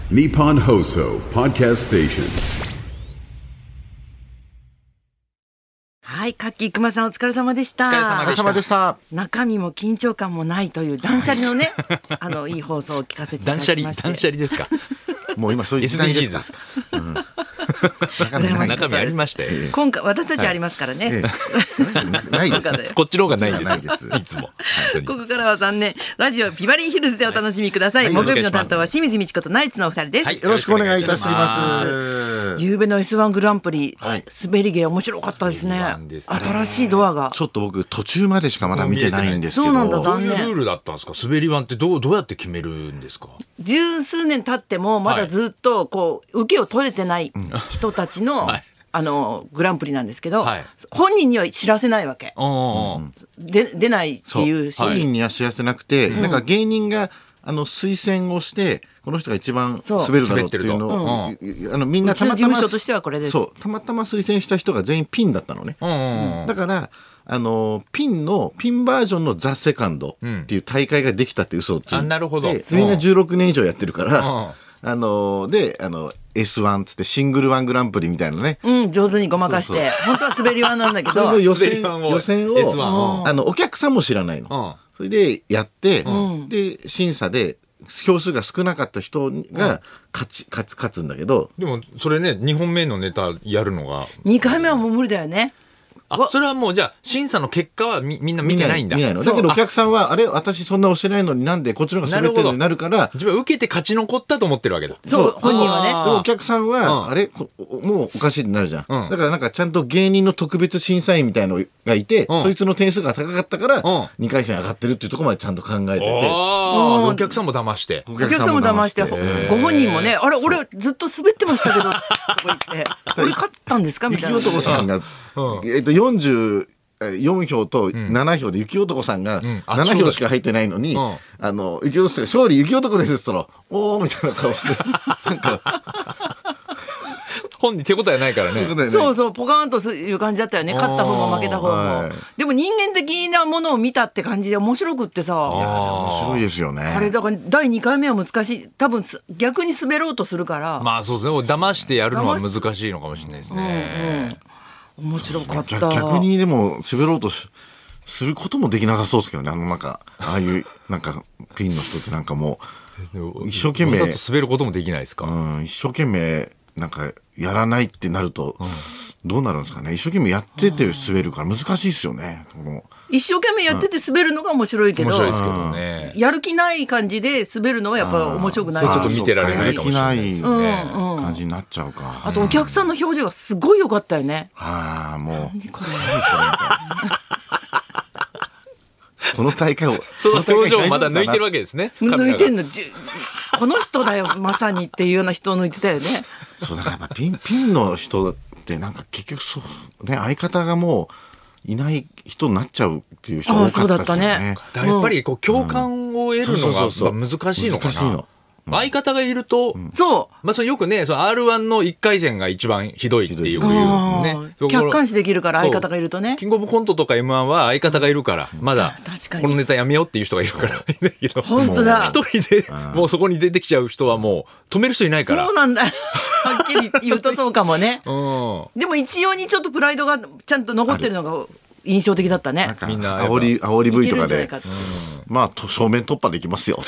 Nippon Hoso Podcast Station。 はい、カッキー熊さんお疲れ様でした。 お疲れ様でした。 中身も緊張感もないという断捨離のねいい放送を聞かせていただきまして。 断捨離ですか。 もう今そういう時代ですか。 中身ありましたよ。 今回私たちありますからね。 ないです。 こっちの方がないです。いつも。 ここからは残念ラジオビバリーヒルズでお楽しみください。木曜日の担当は清水美智子とナイツのお二人です。 よろしくお願いいたします。 夕べの S1 グランプリ、滑り芸面白かったですね。新しいドアが。 ちょっと僕途中までしかまだ見てないんですけど。 そうなんだ、 どういう残念。 ルールだったんですか。滑り板ってどうやって決めるんですか。 十数年経ってもまだずっとこう受けを取れてない人たちのグランプリなんですけど、本人には知らせないわけ。出ないっていうし、 本人には知らせなくて、なんか芸人が推薦をしてこの人が一番滑るだろうっていうのをみんなたまたまうちの事務所としてはこれです。 そう、たまたま推薦した人が全員ピンだったのね。だからピンバージョンのザ・セカンドっていう大会ができたって嘘をついて、 なるほど。 みんな16年以上やってるから、でS1 つってシングルワングランプリみたいなね、 上手にごまかして本当は滑りワンなんだけど、 その予選をお客さんも知らないの。それでやって、で審査で票数が少なかった人が勝つんだけど、 でもそれね、2本目のネタやるのが 2回目はもう無理だよね。 それはもうじゃあ審査の結果はみんな見てないんだ。 見ないの。だけどお客さんはあれ私そんな教えないのになんでこっちの方が滑ってるのになるから、 自分は受けて勝ち残ったと思ってるわけだ。 そう、本人はね。 でもお客さんはあれもうおかしいってなるじゃん。だからなんかちゃんと芸人の特別審査員みたいのがいて、そいつの点数が高かったから2回戦上がってるっていうところまでちゃんと考えてて、 お客さんも騙して、 お客さんも騙して、ご本人もね、あれ俺ずっと滑ってましたけどとか言って俺勝ったんですかみたいな。 雪男さんが44票と7票で雪男さんが7票しか入ってないのに、雪男さんが勝利雪男ですって言ったらおーみたいな顔してなんか本人手応えないからね。 そうそう、ポカーンという感じだったよね。勝った方も負けた方も。でも人間的なものを見たって感じで面白くってさ。 面白いですよね。 あれだから第2回目は難しい。多分逆に滑ろうとするから。 まあそうですね。騙してやるのは難しいのかもしれないですね。 面白かった。 逆にでも滑ろうとすることもできなさそうですけどね。なんかああいうなんかピンの人ってなんかもう一生懸命滑ることもできないですか。 一生懸命なんかやらないってなるとどうなるんですかね。一生懸命やってて滑るから難しいですよね。 一生懸命やってて滑るのが面白いけど、 面白いですけどね。 やる気ない感じで滑るのはやっぱ面白くない。 ちょっと見てられないかもしれないですね。 感じになっちゃうか。 あとお客さんの表情がすごい良かったよね。 もうこの大会をその表情をまだ抜いてるわけですね。 抜いてんのこの人だよまさにっていうような人を抜いてたよね。 そうだからやっぱピンの人ってなんか結局そうね、相方がもういない人になっちゃうっていう人多かったですよね。 そうだったね。 やっぱりこう共感を得るのが難しいのかな。相方がいると、まあそれよくね、R1 の1回戦が一番ひどいっていうね。 客観視できるから相方がいるとね。 キングオブコントとか M1 は相方がいるから、まだこのネタやめようっていう人がいるから。 本当だ。 一人でもうそこに出てきちゃう人はもう止める人いないから。 そうなんだ。はっきり言うとそうかもね。でも一様にちょっとプライドがちゃんと残ってるのが印象的だったね。 みんな煽り V とかで、まあ正面突破できますよ。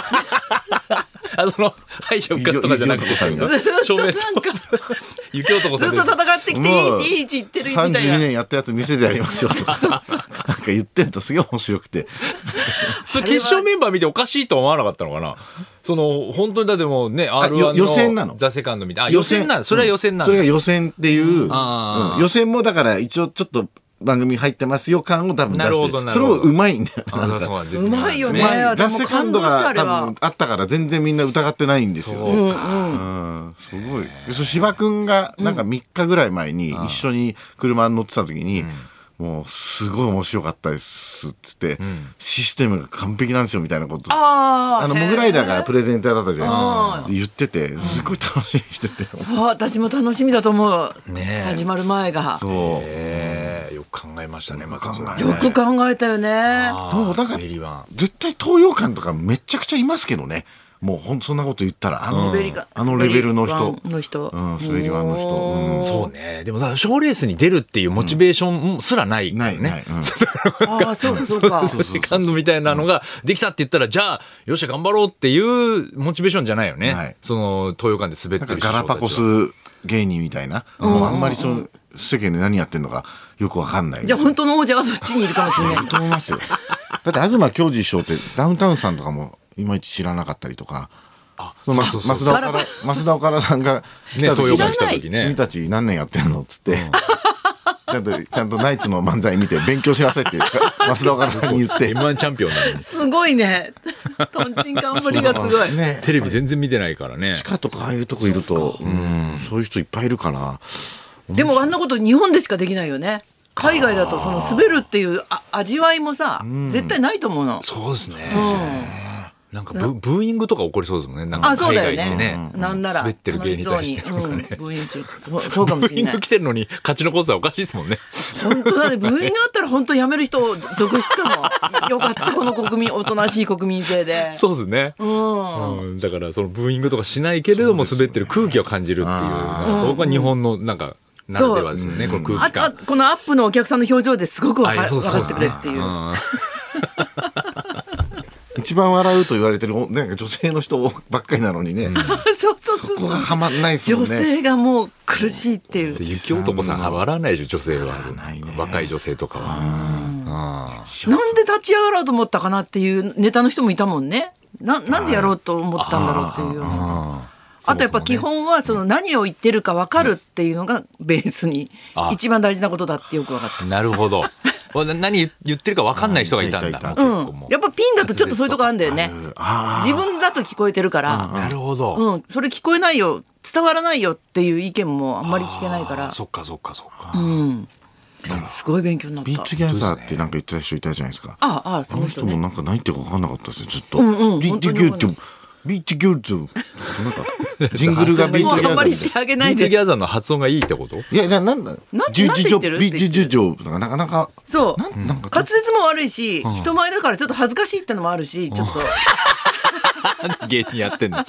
敗者復活とかじゃなくて、 ずっとなんか雪男さんずっと戦ってきていい位置いってるみたいな。 32年やったやつ見せてやりますよとかなんか言ってんとすげえ面白くて。 それ決勝メンバー見ておかしいと思わなかったのかな。本当にだってもうね R1 予選なの。 のザ・セカンドみたいな。予選なの。それは予選なの。 それが予選っていう予選もだから一応ちょっと番組入ってますよ感を多分出して、それもうまいんだよ。 うまいよね。 ザ・セカンドが多分あったから全然みんな疑ってないんですよ。すごい。芝君がなんか3日ぐらい前に一緒に車に乗ってた時に、もうすごい面白かったですっつって、システムが完璧なんですよみたいなことモグライダーがプレゼンターだったじゃないですか。言っててすごい楽しみにしてて、 私も楽しみだと思う。始まる前がよく考えましたね。 よく考えたよね。 もうだから絶対東洋館とかめちゃくちゃいますけどね。 もうほんそんなこと言ったらあのレベルの人、 滑りワンの人、 そうね。でも賞レースに出るっていうモチベーションすらないからね。 ああ、そうかそうか。 セカンドみたいなのができたって言ったら、じゃあよっしゃ頑張ろうっていうモチベーションじゃないよね。その東洋館で滑ってるガラパゴス芸人みたいな、もうあんまり世間で何やってんのかよくわかんない。 じゃあ本当の王者はそっちにいるかもしれない。 と思いますよ。だって東京二師匠ってダウンタウンさんとかもいまいち知らなかったりとか、増田岡田さんが来た時ね、 君たち何年やってんのっつって、ちゃんとナイツの漫才見て勉強しなさいって増田岡田さんに言って M1 チャンピオンなのにすごいね。とんちんかんぶりがすごい。 テレビ全然見てないからね。 地下とかああいうとこいると、そういう人いっぱいいるかな。 でもあんなこと日本でしかできないよね。海外だとその滑るっていう味わいもさ、絶対ないと思うの。 そうですね。なんかブーイングとか起こりそうですもんね。なんか海外ってね、 なんなら滑ってる芸人に対してブーイングする。そうかもしれない。 ブーイング来てるのに勝ち残すはおかしいですもんね。 本当だね。ブーイングあったら本当やめる人続出かも。よかったこの国民、おとなしい国民性で。 そうですね。だからそのブーイングとかしないけれども滑ってる空気を感じるっていう、僕は日本のなんかならではですよね。この空気感。 このアップのお客さんの表情ですごく分かってくれっていう。 一番笑うと言われてるなんか女性の人ばっかりなのにね。 そこがはまんないですもんね。 女性がもう苦しいっていう。 雪男さんは笑わないでしょ、女性は。若い女性とかは。 なんで立ち上がろうと思ったかなっていうネタの人もいたもんね。なんでやろうと思ったんだろうっていうような。あとやっぱ基本はその何を言ってるか分かるっていうのがベースに一番大事なことだってよく分かった。 なるほど。何言ってるか分かんない人がいたんだ。 やっぱピンだとちょっとそういうとこあるんだよね。自分だと聞こえてるから。 なるほど。 それ聞こえないよ、伝わらないよっていう意見もあんまり聞けないから。 そっか。 すごい勉強になった。 ビーチギャザーってなんか言ってた人いたじゃないですか。 その人もなんか何言ってるか分かんなかったですよ、ずっと。ビーチギャザー。なんかジングルがビーチギャザー。 ビーチギャザーの発音がいいってこと？ いやなんだ。ビーチジョブとかなかなか。 そう。滑舌も悪いし、人前だからちょっと恥ずかしいってのもあるし、ちょっと。 芸人やってんの。聞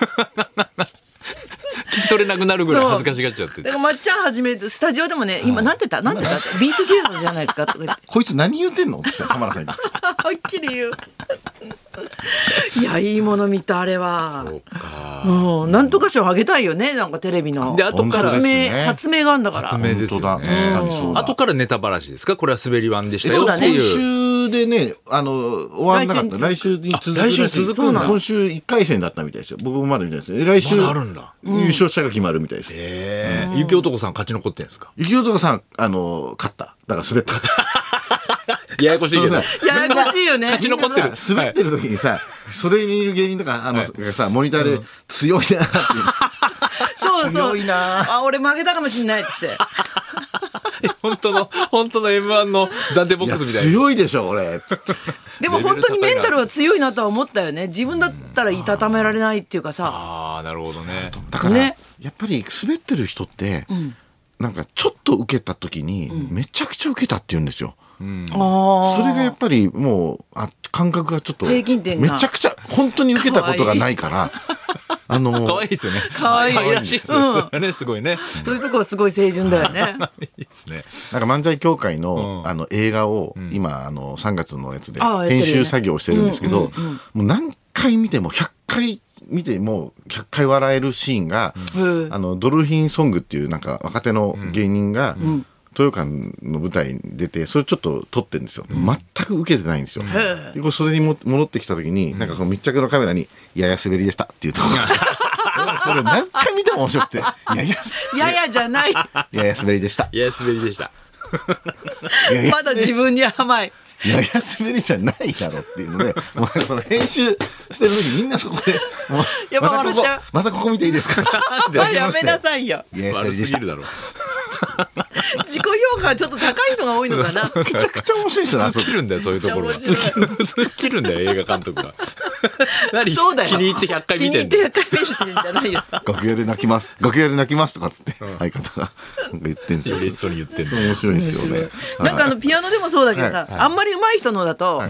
き取れなくなるぐらい恥ずかしがっちゃって。 だからまっちゃんはじめスタジオでもね、今なんて言ったビートギャザーじゃないですかとか言って。 こいつ何言ってんのって浜田さんに。はっきり言う。いや、いいもの見たあれは。そうか。なんとか賞あげたいよね、なんかテレビの。 で後から発明があるんだから。 発明ですよね。後からネタばらしですか？これは滑りワンでしたよっていう。 今週でね、終わんなかった。来週に続く。来週続くんだ。今週1回戦だったみたいですよ。僕もまだみたいですね。来週まだあるんだ。 優勝者が決まるみたいです。 雪男さん勝ち残ってんですか？ 雪男さん勝った。だから滑った。 ややこしいけど。 ややこしいよね。 勝ち残ってる。 滑ってる時にさ、袖にいる芸人とかさ、モニターで強いなっていう。 そうそう。 強いな。 俺負けたかもしれないっつって。 本当の M1 の暫定ボックスみたいな。 強いでしょ俺。 でも本当にメンタルは強いなとは思ったよね。自分だったらいたためられないっていうかさ。 ああ、なるほどね。 だからやっぱり滑ってる人ってなんかちょっと受けた時にめちゃくちゃ受けたって言うんですよ。それがやっぱりもう感覚がちょっとめちゃくちゃ本当に受けたことがないから可愛いですよね。 可愛いらしいですよね。すごいね。 そういうとこはすごい清純だよね。 いいですね。 なんか漫才協会の映画を今3月のやつで編集作業をしてるんですけど、もう何回見ても100回見ても100回笑えるシーンがドルフィンソングっていうなんか若手の芸人が豊館の舞台に出てそれちょっと撮ってるんですよ。全く受けてないんですよ。でこれそれに戻ってきた時になんかこの密着のカメラに「やや滑りでした」っていうところがそれ何回見ても面白くて「 ややじゃない」 「やや滑りでした」 「やや滑りでした」 まだ自分に甘い。 いやいや滑りじゃないだろっていうので、もうなんかその編集してる時みんなそこでもうやっぱ笑っちゃう。 またここ見ていいですかやめなさいよ。 いや滑りでした。 自己評価はちょっと高い人が多いのかな。 めちゃくちゃ面白い人だ。 普通切るんだよそういうところは。普通切るんだよ映画監督が。 そうだよ。 気に入って100回見てん気に入って100回見てんじゃないよ。 楽屋で泣きます楽屋で泣きますとかつって相方が言ってんですよ。 嬉しそうに言ってんの。 面白いですよね。 なんかピアノでもそうだけどさ、あんまり上手い人のだと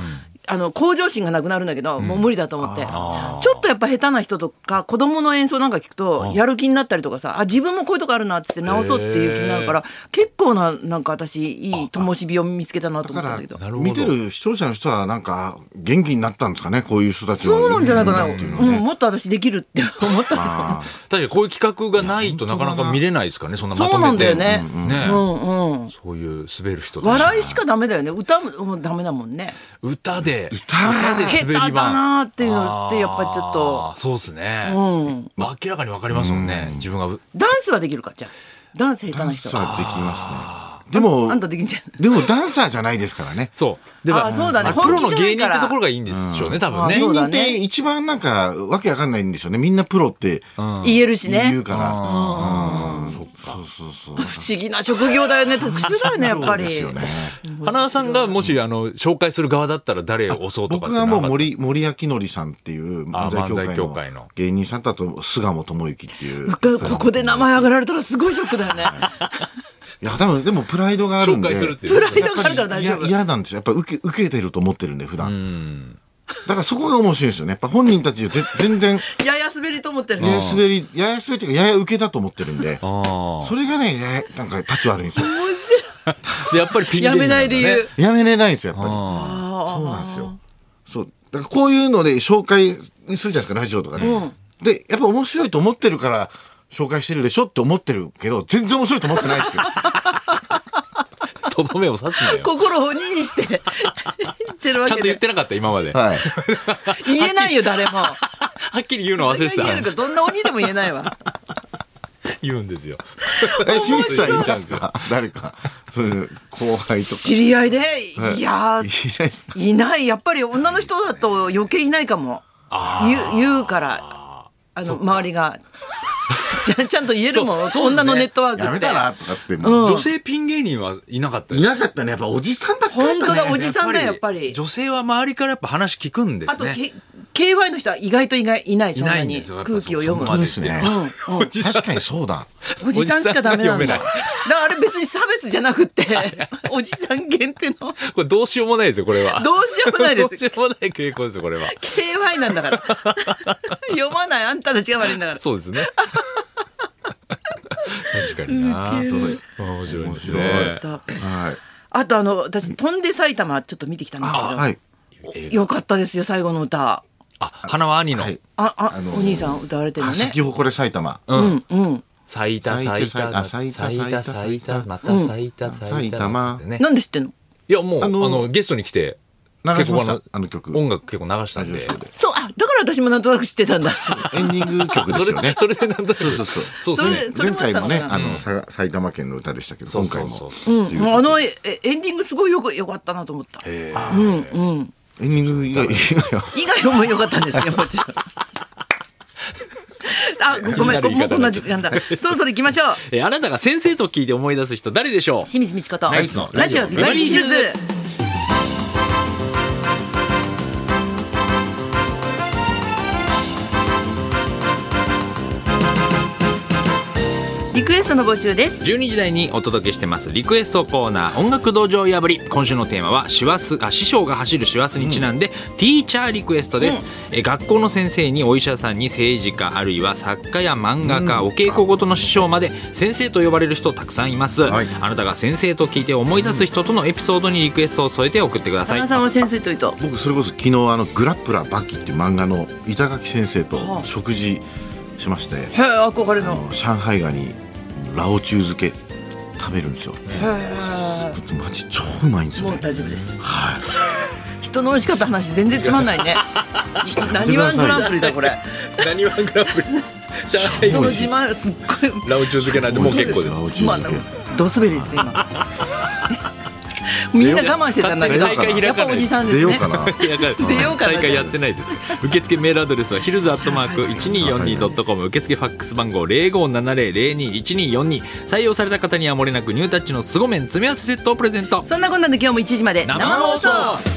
向上心がなくなるんだけど、もう無理だと思って、ちょっとやっぱ下手な人とか子供の演奏なんか聞くとやる気になったりとかさ、自分もこういうとこあるなっつって直そうっていう気になるから、結構なんか私いい灯火を見つけたなと思ったんだけど、 見てる視聴者の人はなんか元気になったんですかね、こういう人たちは。そうなんじゃないかな、もっと私できるって思った。 確かにこういう企画がないとなかなか見れないですからね、そんなまとめて。 そうなんだよね。 そういう滑る人笑いしかダメだよね。歌もダメだもんね。 歌で下手だなっていうのってやっぱりちょっと。 そうですね。明らかにわかりますもんね。自分がダンスはできるか、じゃあダンス下手な人は。ダンスはできますね。でもあんたできんじゃん。 でもダンサーじゃないですからね。 そうそうだね。 プロの芸人ってところがいいんでしょうね、多分ね。 芸人って一番なんかわけわかんないんですよね。みんなプロって言えるしね。 言うから。 そう不思議な職業だよね。特殊だよね、やっぱり。 花輪さんがもし紹介する側だったら誰を押そうとか。 僕はもう森明則さんっていう漫才協会の芸人さんと、あと菅野智之っていう。 ここで名前挙げられたらすごいショックだよね。 いや多分でもプライドがあるんで、 プライドがあるから大丈夫。 嫌なんですよ。やっぱ受けてると思ってるんで普段。だからそこが面白いですよね。やっぱ本人たち全然やや滑りと思ってる。 やや滑りっていうかやや受けだと思ってるんで、それがねなんか立ち悪いんですよ。 面白い。 やっぱりピン芸人やめない理由。 やめれないんですよやっぱり。そうなんですよ。そうだからこういうので紹介するじゃないですか、ラジオとかで。でやっぱ面白いと思ってるから紹介してるでしょって思ってるけど、全然面白いと思ってないですよ。 とどめを刺すなよ。 心を鬼にして言ってるわけで。 ちゃんと言ってなかった今まで。 言えないよ誰も。 はっきり言うの忘れてた。 どんな鬼でも言えないわ。 言うんですよ。 清水さんいますか、誰かそういう後輩とか。 知り合いでいやいない。やっぱり女の人だと余計いないかも。言うから周りが。ちゃんと言えるもん。女のネットワークって。 やめたらとかつって。 女性ピン芸人はいなかった。 いなかったね。やっぱおじさんばっかりだったね。 本当だ、おじさんだやっぱり。 女性は周りからやっぱ話聞くんですね。 あとKY の人は意外といない。そんなに空気を読む。 そうですね。確かにそうだ。 おじさんしかダメなんだ。だからあれ別に差別じゃなくておじさん限定の。 これどうしようもないですよこれは。 どうしようもないです。 どうしようもない傾向ですよこれは。 KY なんだから。読まないあんたたちが悪いんだから。 そうですね。確かにな。面白いですね。 あと私飛んで埼玉ちょっと見てきたんですけど、よかったですよ最後の歌。 花輪兄のお兄さん歌われてるのね。 咲き誇れ埼玉。 咲いたまた咲いた埼玉。 なんで知ってんの？ いやもうゲストに来て。 結構音楽結構流したんで。 そうだから私もなんとなく知ってたんだ。 エンディング曲ですよね。 それでなんとなく。 そう前回もね埼玉県の歌でしたけど、今回もエンディングすごいよかったなと思った。 エンディング以外も良かったんですよもちろん。ごめんもうこんな時間だ。そろそろ行きましょう。 あなたが先生と聞いて思い出す人誰でしょう？ 清水美智子とナイツのラジオビバリーヒルズ。リクエストの募集です。 12時台にお届けしてますリクエストコーナー音楽道場破り。今週のテーマは師匠が走る師走にちなんで、ティーチャーリクエストです。学校の先生にお医者さんに政治家あるいは作家や漫画家、お稽古ごとの師匠まで先生と呼ばれる人たくさんいます。あなたが先生と聞いて思い出す人とのエピソードにリクエストを添えて送ってください。 花さんは先生というと？ 僕それこそ昨日グラップラーバキっていう漫画の板垣先生と食事しまして、 憧れの上海ガニラオチュウ漬け食べるんですよ。マジ超うまいんですよ、ね。 もう大丈夫です。人の美味しかった話全然つまんないね。何ワングランプリだこれ。 何ワングランプリ。 人の自慢すっごい。 ラオチュウ漬けなんでもう結構です。 ドスベリです今。みんな我慢してたんだけど、やっぱおじさんですね。 出ようかな。 大会やってないです。受付メールアドレスはヒルズ@1242.com、受付ファックス番号0570021242。採用された方にはもれなくニュータッチの凄麺詰め合わせセットをプレゼント。 そんなこんなんで今日も1時まで生放送。